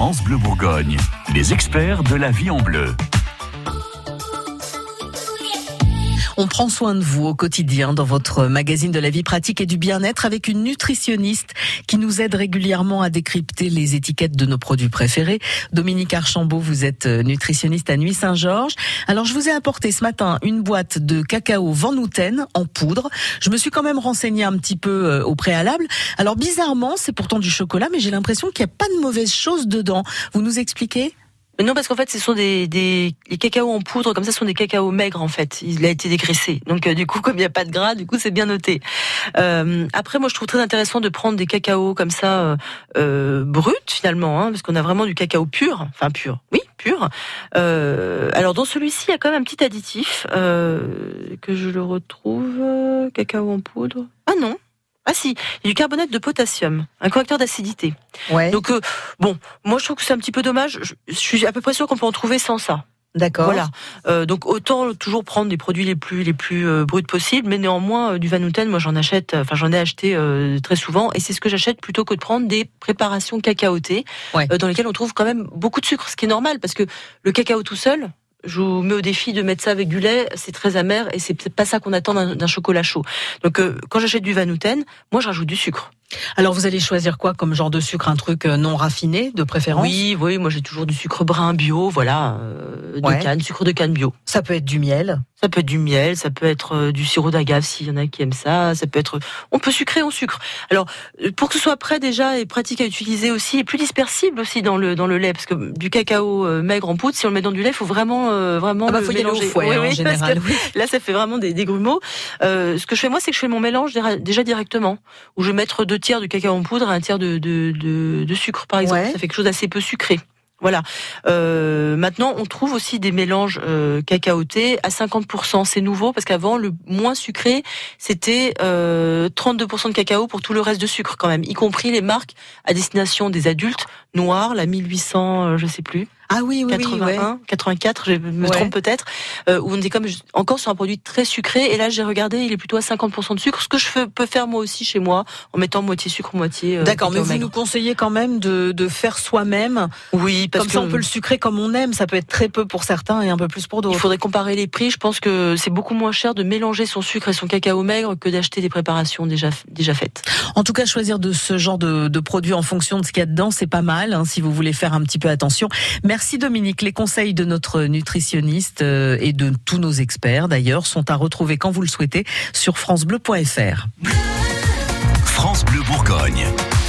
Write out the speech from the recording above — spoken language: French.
France Bleu Bourgogne, les experts de la vie en bleu. On prend soin de vous au quotidien dans votre magazine de la vie pratique et du bien-être avec une nutritionniste qui nous aide régulièrement à décrypter les étiquettes de nos produits préférés. Dominique Archambault, vous êtes nutritionniste à Nuits-Saint-Georges. Alors, je vous ai apporté ce matin une boîte de cacao Van Houten en poudre. Je me suis quand même renseignée un petit peu au préalable. Alors, bizarrement, c'est pourtant du chocolat, mais j'ai l'impression qu'il n'y a pas de mauvaises choses dedans. Vous nous expliquez ? Non, parce qu'en fait, ce sont les cacaos en poudre, comme ça, ce sont des cacaos maigres, en fait. Il a été dégraissé. Donc, du coup, comme il n'y a pas de gras, du coup, c'est bien noté. Après, moi, je trouve très intéressant de prendre des cacaos comme ça, bruts, finalement, parce qu'on a vraiment du cacao pur. Enfin, pur. Oui, pur. Alors, dans celui-ci, il y a quand même un petit additif, que je le retrouve. Cacao en poudre. Ah non. Ah si, il y a du carbonate de potassium, un correcteur d'acidité. Ouais. Donc moi je trouve que c'est un petit peu dommage. Je suis à peu près sûre qu'on peut en trouver sans ça. D'accord. Voilà. Donc autant toujours prendre des produits les plus bruts possibles, mais néanmoins du Van Houten, moi j'en ai acheté très souvent, et c'est ce que j'achète plutôt que de prendre des préparations cacaotées, dans lesquelles on trouve quand même beaucoup de sucre, ce qui est normal parce que le cacao tout seul, je vous mets au défi de mettre ça avec du lait, c'est très amer et c'est pas ça qu'on attend d'un chocolat chaud. Donc quand j'achète du Van Houten, moi je rajoute du sucre. Alors vous allez choisir quoi comme genre de sucre? Un truc non raffiné de préférence? Oui, moi j'ai toujours du sucre brun bio, voilà, canne, sucre de canne bio. Ça peut être du miel. Ça peut être du miel, ça peut être du sirop d'agave s'il y en a qui aiment ça, ça peut être... On peut sucrer, on sucre. Alors, pour que ce soit prêt déjà et pratique à utiliser aussi, et plus dispersible aussi dans le lait, parce que du cacao maigre en poudre, si on le met dans du lait, il faut vraiment faut y aller au fouet, en général. Là, ça fait vraiment des grumeaux. Ce que je fais moi, c'est que je fais mon mélange déjà directement, où je vais mettre 2 tiers de cacao en poudre et 1 tiers de sucre, par exemple. Ouais. Ça fait quelque chose d'assez peu sucré. Voilà. Maintenant, on trouve aussi des mélanges cacaotés à 50%. C'est nouveau parce qu'avant, le moins sucré, c'était 32% de cacao pour tout le reste de sucre quand même, y compris les marques à destination des adultes, Noir, la 1800, je sais plus. Ah oui, 81, 84, je me trompe peut-être, où on est comme encore sur un produit très sucré, et là j'ai regardé, il est plutôt à 50% de sucre, ce que je peux faire moi aussi chez moi, en mettant moitié sucre, moitié D'accord, mais vous nous conseillez quand même de faire soi-même. Oui, parce comme ça on peut le sucrer comme on aime, ça peut être très peu pour certains et un peu plus pour d'autres. Il faudrait comparer les prix, je pense que c'est beaucoup moins cher de mélanger son sucre et son cacao maigre que d'acheter des préparations déjà faites. En tout cas, choisir de ce genre de produits en fonction de ce qu'il y a dedans, c'est pas mal, si vous voulez faire un petit peu attention. Merci Dominique. Les conseils de notre nutritionniste et de tous nos experts d'ailleurs sont à retrouver quand vous le souhaitez sur francebleu.fr. France Bleu Bourgogne.